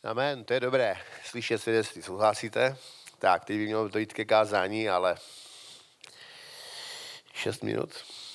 Amen, to je dobré. Slyšet svědectví, souhlasíte? Tak, teď by mělo dojít ke kázání, ale 6 minut.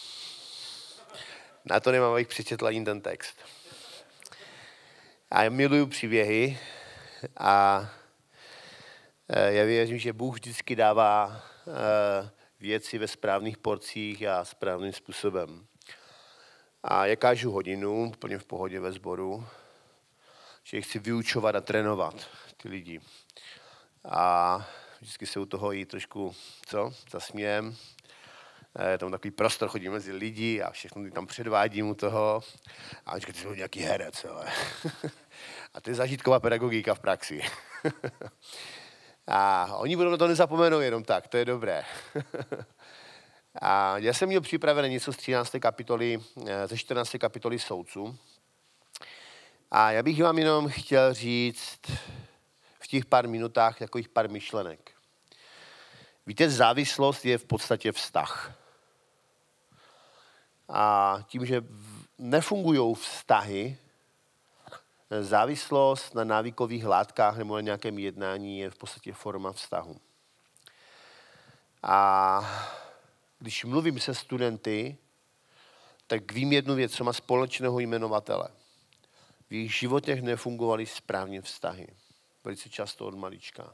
Na to nemám, abych přečetl ani ten text. A já miluju příběhy a já věřím, že Bůh vždycky dává věci ve správných porcích a správným způsobem. A já kážu hodinu, úplně v pohodě ve sboru, že chci vyučovat a trénovat ty lidi. A vždycky se u toho i trošku, zasmějem. Je tam takový prostor, chodím mezi lidi a všechno tam předvádím u toho. A vždycky ty jsou nějaký herec, ale. A to je zažitková pedagogika v praxi. A oni budou na to nezapomenou jenom tak, to je dobré. A já jsem měl připravené něco z 13. kapitoly, ze 14. kapitoly Soudců. A já bych vám jenom chtěl říct v těch pár minutách takových pár myšlenek. Víte, závislost je v podstatě vztah. A tím, že nefungují vztahy, závislost na návykových látkách nebo na nějakém jednání je v podstatě forma vztahu. A když mluvím se studenty, tak vím jednu věc, co má společného jmenovatele. V jejich životech nefungovaly správně vztahy. Velice často od malička.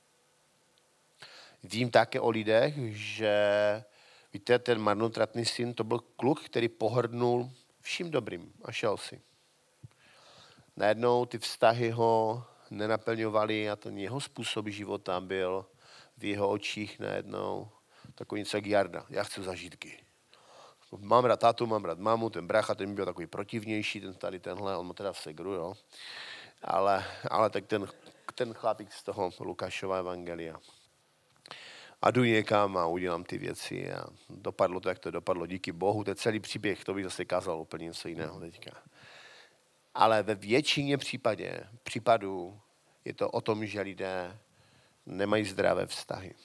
Vím také o lidech, že víte, ten marnotratný syn, to byl kluk, který pohrdnul vším dobrým a šel si. Najednou ty vztahy ho nenaplňovaly a ten jeho způsob života byl v jeho očích najednou takový něco jak Jarda. Já chci zažitky. Mám rád tátu, mám rád mámu, ten brácha, ten byl takový protivnější, tenhle, on má teda segru, jo. Ale tak ten chlapík z toho Lukášova evangelia. A jdu někam a udělám ty věci a dopadlo to, jak to dopadlo, díky Bohu. To je celý příběh, to bych zase kázal úplně něco jiného teďka. Ale ve většině případů je to o tom, že lidé nemají zdravé vztahy.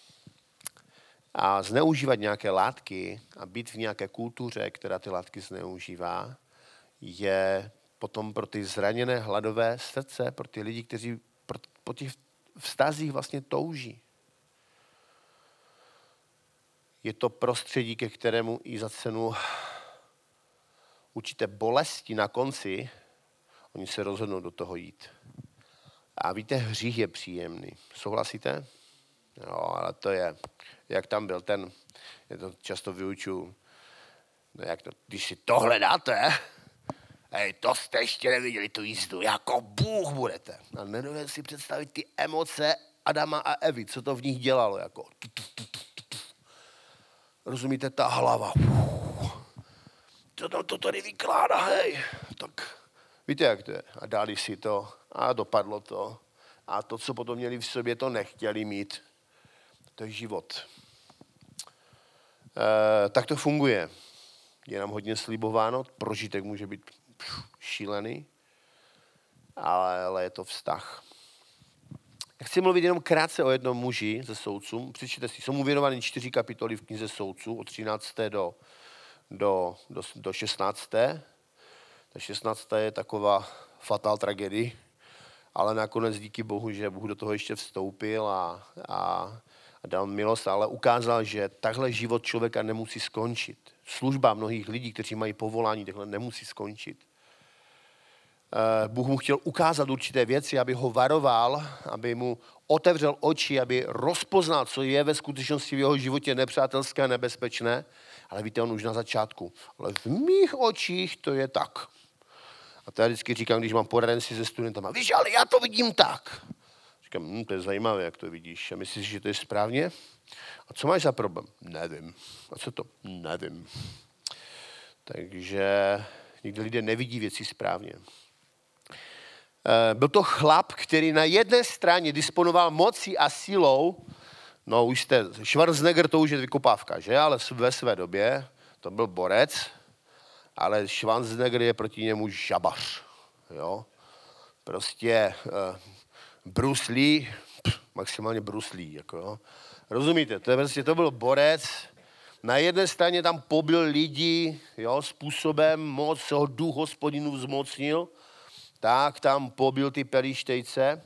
A zneužívat nějaké látky a být v nějaké kultuře, která ty látky zneužívá, je potom pro ty zraněné hladové srdce, pro ty lidi, kteří po těch vztazích vlastně touží. Je to prostředí, ke kterému i za cenu určité bolesti na konci, oni se rozhodnou do toho jít. A víte, hřích je příjemný. Souhlasíte? Jo, ale to je, jak tam byl ten, já to často vyučuju, no jak to, když si tohle dáte, to jste ještě neviděli tu jízdu, jako Bůh budete. A nedovedete si představit ty emoce Adama a Evy, co to v nich dělalo, jako. Rozumíte, ta hlava. To tady vykládá, hej. Tak víte, jak to je. A dali si to a dopadlo to. A to, co potom měli v sobě, to nechtěli mít. To je život. Tak to funguje. Je nám hodně slibováno, prožitek může být šílený, ale je to vztah. Já chci mluvit jenom krátce o jednom muži ze Soudců. Přečtěte si, jsou mu věnovány 4 kapitoly v knize Soudců, od 13. do 16. Ta 16. je taková fatál tragédie, ale nakonec díky Bohu, že Bůh do toho ještě vstoupil a dal milost, ale ukázal, že takhle život člověka nemusí skončit. Služba mnohých lidí, kteří mají povolání, takhle nemusí skončit. Bůh mu chtěl ukázat určité věci, aby ho varoval, aby mu otevřel oči, aby rozpoznal, co je ve skutečnosti v jeho životě nepřátelské a nebezpečné. Ale víte, on už na začátku. Ale v mých očích to je tak. A to já vždycky říkám, když mám poradenství se studentama. Víš, ale já to vidím tak. Říkám, to je zajímavé, jak to vidíš. A myslíš, že to je správně? A co máš za problém? Nevím. A co to? Nevím. Takže někdy lidé nevidí věci správně. Byl to chlap, který na jedné straně disponoval mocí a sílou. No už jste, Schwarzenegger to už je vykopávka, že? Ale ve své době to byl borec, ale Schwarzenegger je proti němu žabař. Jo? Prostě Bruce Lee, maximálně Bruce Lee. Jako, jo? Rozumíte? To byl borec. Na jedné straně tam pobil lidi, jo, způsobem moc, se ho duch Hospodinův zmocnil. tak tam pobil ty pelištejce.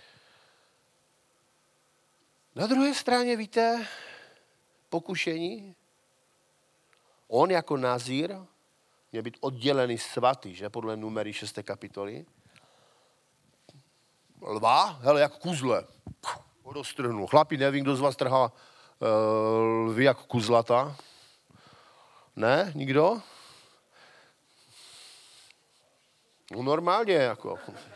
Na druhé straně, víte, pokušení. On jako Nazír měl být oddělený svatý, že, podle Numery 6. kapitoly. Lva, hele, jak kuzle. Ho roztrhnul. Chlapi, nevím, kdo z vás trhá lvy jak kuzlata. Ne, nikdo? No normálně, jako.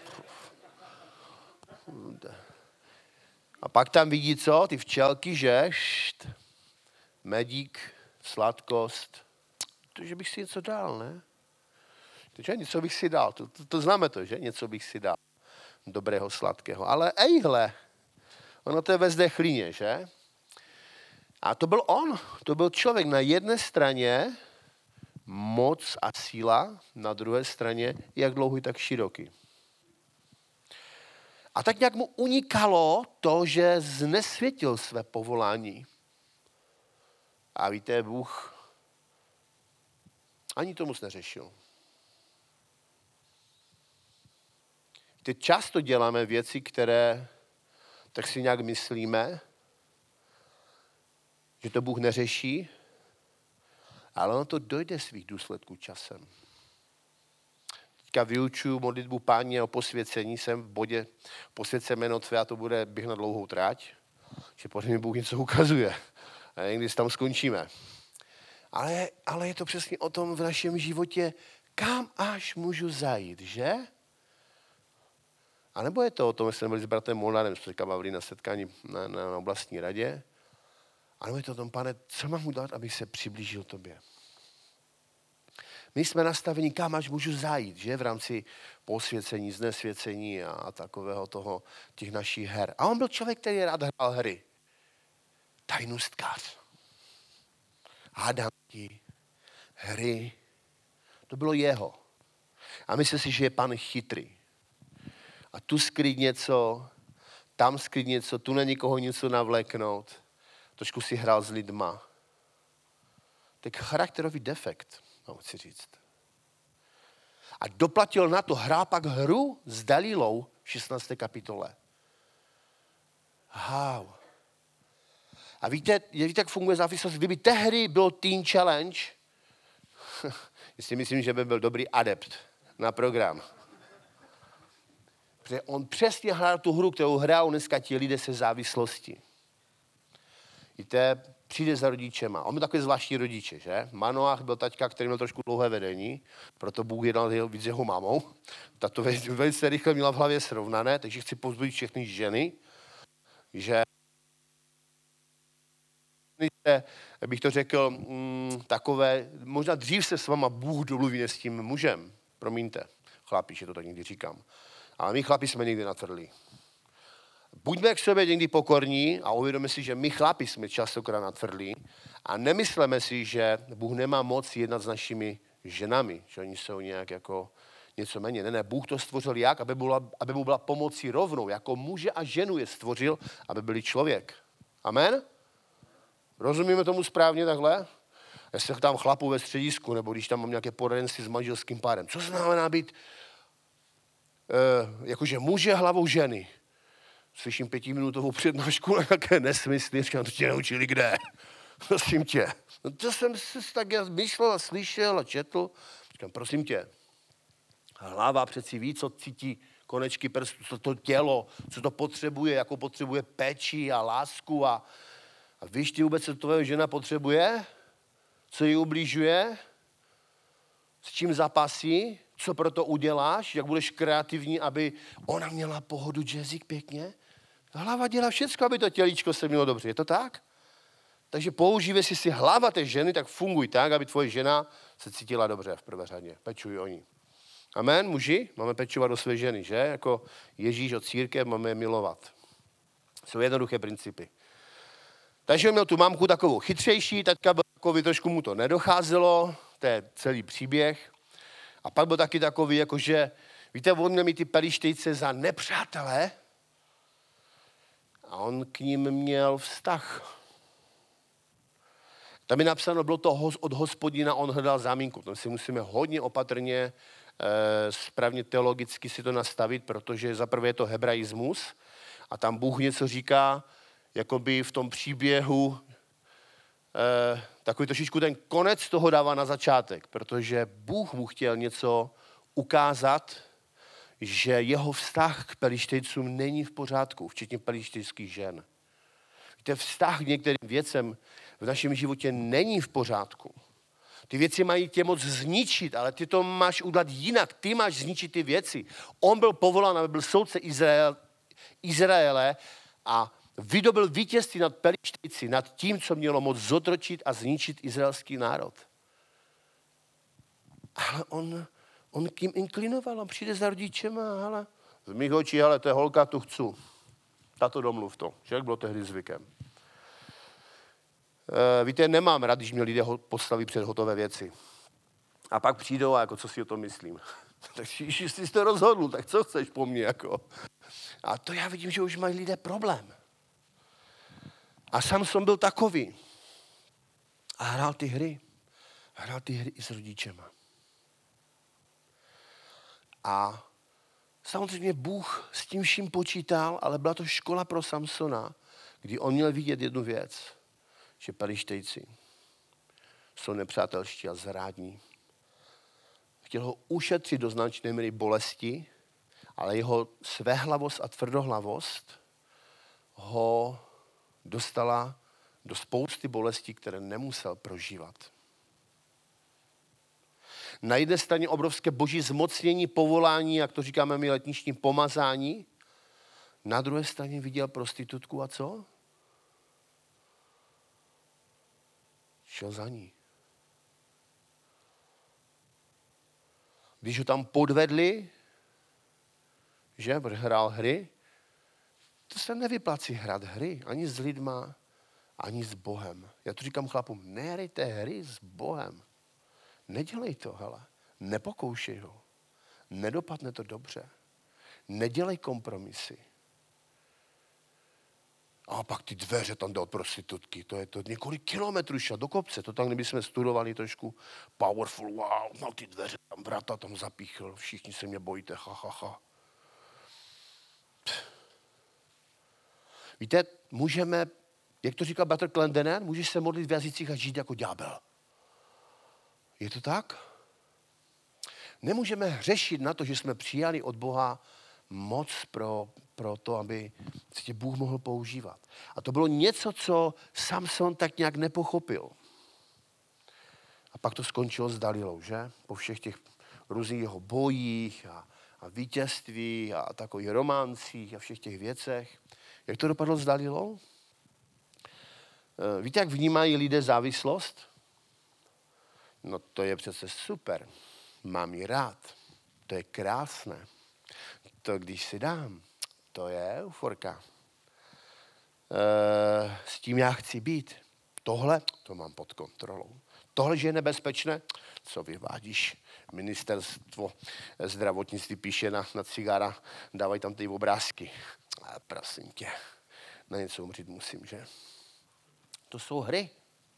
A pak tam vidí co? Ty včelky, že? Medík, sladkost. To, že bych si něco dal, ne? Takže něco bych si dal. To známe to, že? Něco bych si dal. Dobrého, sladkého. Ale ejhle, ono to je ve zdechlíně, že? A to byl on. To byl člověk na jedné straně moc a síla, na druhé straně jak dlouhý, tak široký. A tak nějak mu unikalo to, že znesvětil své povolání. A víte, Bůh ani to moc neřešil. Teď často děláme věci, které tak si nějak myslíme, že to Bůh neřeší, ale ono to dojde svých důsledků časem. Teďka vyučuju modlitbu Páně o posvěcení, jsem v bodě posvědce jméno tvé a to bude běh na dlouhou tráť, že pořád mi Bůh něco ukazuje. A někdy tam skončíme. Ale je to přesně o tom v našem životě, kam až můžu zajít, že? A nebo je to o tom, že jsme byli s bratrem Molnarem, jsme se bavili na setkání na oblastní radě, a nebo je to o tom, Pane, co mám udělat, abych se přiblížil tobě? My jsme nastaveni, kam až můžu zajít, že? V rámci posvěcení, znesvěcení a takového toho, těch našich her. A on byl člověk, který rád hrál hry. Tajnůstkář. Hádanky, hry. To bylo jeho. A myslel si, že je pan chytrý. A tu skryt něco, tam skryt něco, tu na někoho něco navléknout. Trošku si hrál s lidma. Tak charakterový defekt, mám si říct. A doplatil na to, hrál pak hru s Dalilou v 16. kapitole. How. A víte, jak funguje závislost? Kdyby tehdy byl Teen Challenge, si myslím, že by byl dobrý adept na program. Protože on přesně hrál tu hru, kterou hrajou dneska ti lidé se závislostí. Víte, přijde za rodičema. On byl takový zvláštní rodiče, že? Manoach byl taťka, který měl trošku dlouhé vedení, proto Bůh jednal víc jeho mamou. Tato velice rychle měla v hlavě srovnané, takže chci povzbudit všechny ženy, že bych to řekl, takové, možná dřív se s váma Bůh domluví s tím mužem. Promiňte, chlapi, že to tak někdy říkám. Ale my chlapi jsme někdy natvrdlí. Buďme k sobě někdy pokorní a uvědomíme si, že my chlapi jsme častokrát natvrdlí a nemyslíme si, že Bůh nemá moc jednat s našimi ženami, že oni jsou nějak jako něco méně. Ne, Bůh to stvořil jak? Aby mu byla pomocí rovnou. Jako muže a ženu je stvořil, aby byli člověk. Amen? Rozumíme tomu správně takhle? Já se tam chlapu ve středisku, nebo když tam mám nějaké poradenství s manželským párem. Co znamená být jakože muže hlavou ženy? Slyším 5minutovou přednášku na nějaké nesmysly, říkám, to tě neučili kde? Prosím tě. No to jsem si tak myslel a slyšel a četl. Říkám, prosím tě. Hlava přeci ví, co cítí konečky prstů, co to tělo, co to potřebuje, jako potřebuje péči a lásku a víš ty vůbec, co tvoje žena potřebuje? Co jí ubližuje? S čím zapasí? Co pro to uděláš? Jak budeš kreativní, aby ona měla pohodu, jazzík pěkně? Hlava dělá všechno, aby to tělíčko se mělo dobře. Je to tak? Takže používej si hlava té ženy, tak funguj tak, aby tvoje žena se cítila dobře v prvé řadě. Pečuj o ní. Amen, muži? Máme pečovat o své ženy, že? Jako Ježíš od církev máme je milovat. Jsou jednoduché principy. Takže měl tu mamku takovou chytřejší, taťka byl takový, trošku mu to nedocházelo, to je celý příběh. A pak byl taky takový, jakože, víte, on měl mít ty pelištejce za nepřátelé a on k ním měl vztah. Tam je napsáno, bylo to od Hospodina, on hledal záminku. Tam si musíme hodně opatrně správně teologicky si to nastavit, protože zaprvé je to hebraismus a tam Bůh něco říká, jakoby v tom příběhu takový trošičku ten konec toho dává na začátek, protože Bůh mu chtěl něco ukázat, že jeho vztah k Pelištejcům není v pořádku, včetně pelištejských žen. Víte, vztah k některým věcem v našem životě není v pořádku. Ty věci mají tě moc zničit, ale ty to máš udělat jinak. Ty máš zničit ty věci. On byl povolán, aby byl soudce Izraele a vydobil vítězství nad Pelištejci, nad tím, co mělo moc zotročit a zničit izraelský národ. Ale on kým inklinoval, on přijde za rodičema, ale z mých očí, ale to je holka, tu chci. Tato domluv to, že jak bylo tehdy zvykem. Víte, nemám rád, když mě lidé postaví před hotové věci. A pak přijdou a jako, co si o tom myslím. Tak jsi to rozhodl, tak co chceš po mně, jako. A to já vidím, že už mají lidé problém. A Samson byl takový. A hrál ty hry. Hrál ty hry i s rodičema. A samozřejmě Bůh s tím vším počítal, ale byla to škola pro Samsona, kdy on měl vidět jednu věc, že Pelištejci jsou nepřátelští a zrádní. Chtěl ho ušetřit do značné míry bolesti, ale jeho svéhlavost a tvrdohlavost ho dostala do spousty bolestí, které nemusel prožívat. Na jedné straně obrovské boží zmocnění, povolání, jak to říkáme my letničním pomazání. Na druhé straně viděl prostitutku a co? Šel za ní. Když ho tam podvedli, že hrál hry, to se nevyplací hrát hry, ani s lidma, ani s Bohem. Já to říkám chlapům, nehrajte hry s Bohem. Nedělej to, hele. Nepokoušej ho. Nedopadne to dobře. Nedělej kompromisy. A pak ty dveře tam jde od prostitutky. To je to několik kilometrů šel do kopce. To tam, kdybychom studovali trošku powerful, wow, mal ty dveře, tam vrata tam zapíchl. Všichni se mě bojíte, ha. Víte, můžeme, jak to říkal Bratr Clendener, můžeš se modlit v jazycích a žít jako ďábel. Je to tak? Nemůžeme hřešit na to, že jsme přijali od Boha moc pro to, aby se tě Bůh mohl používat. A to bylo něco, co Samson tak nějak nepochopil. A pak to skončilo s Dalilou, že? Po všech těch různých jeho bojích a vítězství a takových romancích a všech těch věcech. Jak to dopadlo s Dalilou? Víte, jak vnímají lidé závislost? No to je přece super. Mám ji rád. To je krásné. To, když si dám, to je euforka. S tím já chci být. Tohle, to mám pod kontrolou. Tohle, že je nebezpečné, co vyvádíš? Ministerstvo zdravotnictví píše na cigára, dávají tam ty obrázky. A prosím tě, na něco umřít musím, že? To jsou hry.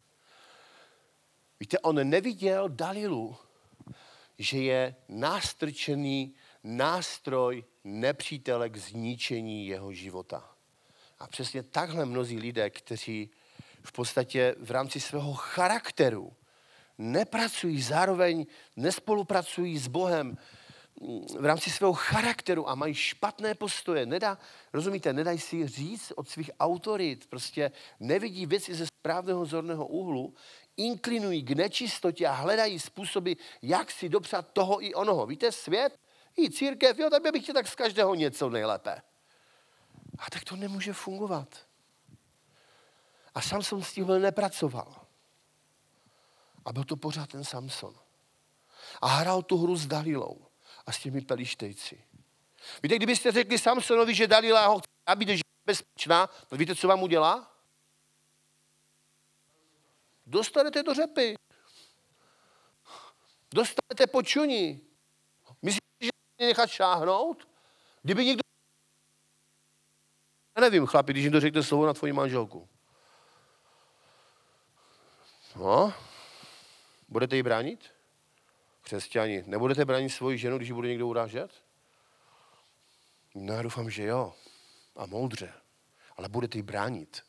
Víte, on neviděl Dalilu, že je nástrčený nástroj nepřítele k zničení jeho života. A přesně takhle mnozí lidé, kteří v podstatě v rámci svého charakteru nepracují, zároveň nespolupracují s Bohem v rámci svého charakteru a mají špatné postoje. Rozumíte, nedají si říct od svých autorit, prostě nevidí věci ze správného zorného úhlu, inklinují k nečistotě a hledají způsoby, jak si dopřát toho i onoho. Víte, svět i církev, jo, tak bych chtěl tak z každého něco nejlépe. A tak to nemůže fungovat. A Samson s tímhle nepracoval. A byl to pořád ten Samson. A hrál tu hru s Dalilou a s těmi Pelištejci. Víte, kdybyste řekli Samsonovi, že Dalila ho chce zabít, že je bezpečná, tak víte, co vám udělá? Dostanete do řepy. Dostanete počuní. Myslíte, že nechat šáhnout? Kdyby někdo... Já nevím, chlapi, když někdo řekne slovo na tvoji manželku. No, budete ji bránit? Křesťani, nebudete bránit svoji ženu, když ji bude někdo urážet? No já doufám, že jo. A moudře. Ale budete ji bránit.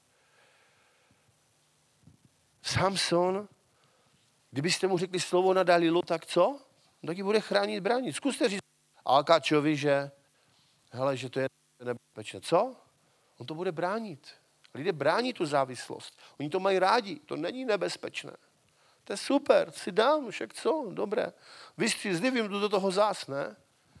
Samson, kdybyste mu řekli slovo na Dalilu, tak co? Tak ji bude chránit, bránit. Zkuste říct Alkáčovi, že hele, že to je nebezpečné. Co? On to bude bránit. Lidé brání tu závislost. Oni to mají rádi. To není nebezpečné. To je super, si dám, však co? Dobré. Vystřízlivým jdu do toho zás, ne?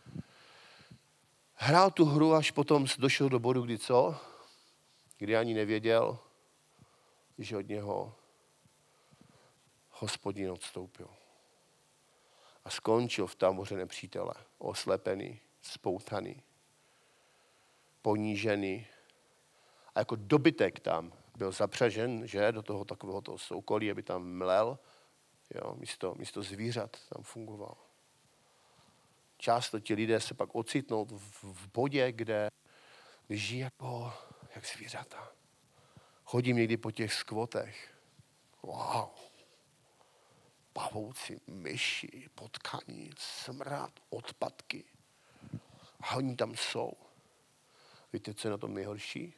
Hrál tu hru, až potom došel do bodu, kdy co? Kdy ani nevěděl, že od něho Hospodin odstoupil. A skončil v táboře nepřítele, oslepený, spoutaný, ponížený. A jako dobytek tam byl zapřažen, že, do toho takového toho soukolí, aby tam mlel, jo, místo zvířat tam fungoval. Často ti lidé se pak ocitnou v bodě, kde žijí jak zvířata. Chodím někdy po těch skvotech. Wow. Pavouci, myši, potkaní, smrad, odpadky. A oni tam jsou. Víte, co je na tom nejhorší?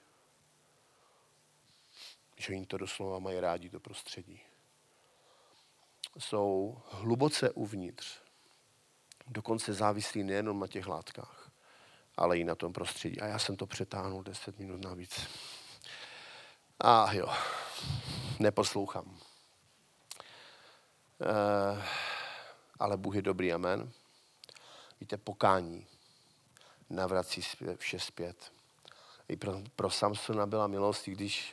Že oni to doslova mají rádi, to prostředí. Jsou hluboce uvnitř. Dokonce závislí nejenom na těch látkách, ale i na tom prostředí. A já jsem to přetáhnul 10 minut navíc. A jo, neposlouchám. Ale Bůh je dobrý, amen. Víte, pokání navrací vše zpět. I pro Samsona byla milost, když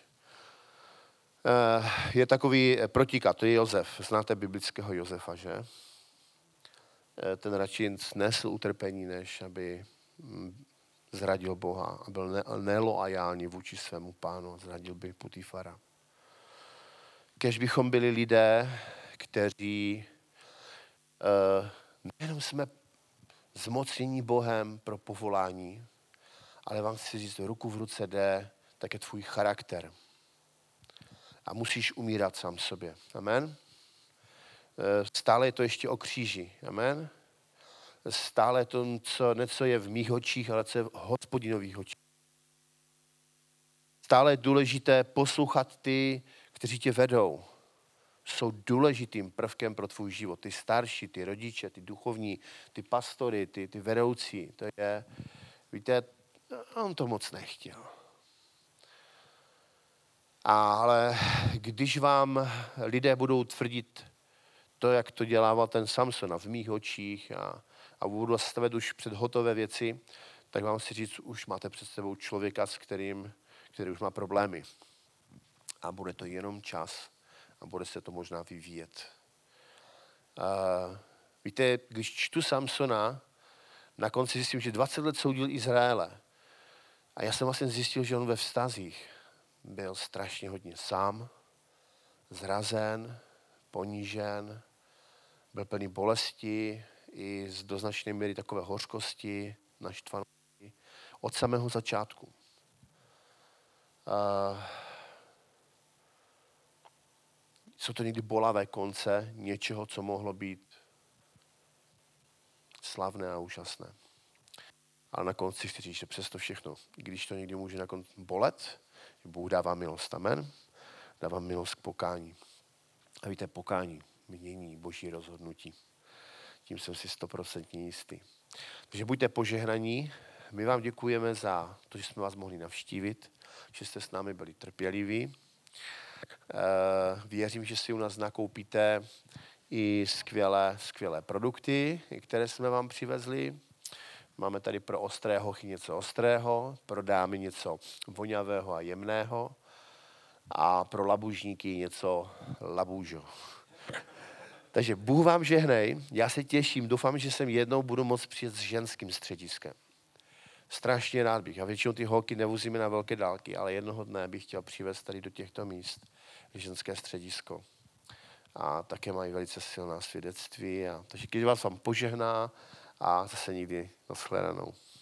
je takový protikat, to je Josef. Znáte biblického Josefa, že? Ten radši nesl utrpení, než aby zradil Boha a byl neloajální vůči svému pánu a zradil by Putifara. Kéž bychom byli lidé, kteří nejenom jsme zmocnění Bohem pro povolání, ale vám chci říct, ruku v ruce jde také tvůj charakter. A musíš umírat sám sobě. Amen? Stále je to ještě o kříži. Amen? Stále je to něco je v mých očích, ale co je v Hospodinových očích. Stále je důležité poslouchat ty, kteří tě vedou. Jsou důležitým prvkem pro tvůj život. Ty starší, ty rodiče, ty duchovní, ty pastory, ty vedoucí. To je, víte, on to moc nechtěl. Ale když vám lidé budou tvrdit to, jak to dělával ten Samson v mých očích a budu stavět už před hotové věci, tak vám chci říct, už máte před sebou člověka, který už má problémy. A bude to jenom čas a bude se to možná vyvíjet. Víte, když čtu Samsona, na konci zjistím, že 20 let soudil Izraele. A já jsem vlastně zjistil, že on ve vztazích byl strašně hodně sám, zrazen, ponížen, byl plný bolesti i do značné míry takové hořkosti, naštvanosti od samého začátku. Jsou to někdy bolavé konce něčeho, co mohlo být slavné a úžasné. Ale na konci chci říct, že přesto všechno, i když to někdy může na konci bolet, Bůh dává milost, amen. Dává milost k pokání. A víte, pokání mění Boží rozhodnutí. Tím jsem si 100% jistý. Takže buďte požehnaní. My vám děkujeme za to, že jsme vás mohli navštívit, že jste s námi byli trpěliví. Věřím, že si u nás nakoupíte i skvělé produkty, které jsme vám přivezli. Máme tady pro ostré hochy něco ostrého, pro dámy něco vonavého a jemného a pro labužníky něco labůžo. Takže Bůh vám žehnej, já se těším, doufám, že sem jednou budu moct přijet s ženským střediskem. Strašně rád bych. A většinou ty holky nevozíme na velké dálky, ale jednoho dne bych chtěl přivést tady do těchto míst ženské středisko. A také mají velice silná svědectví. Takže když vás vám požehná a zase nikdy nashledanou.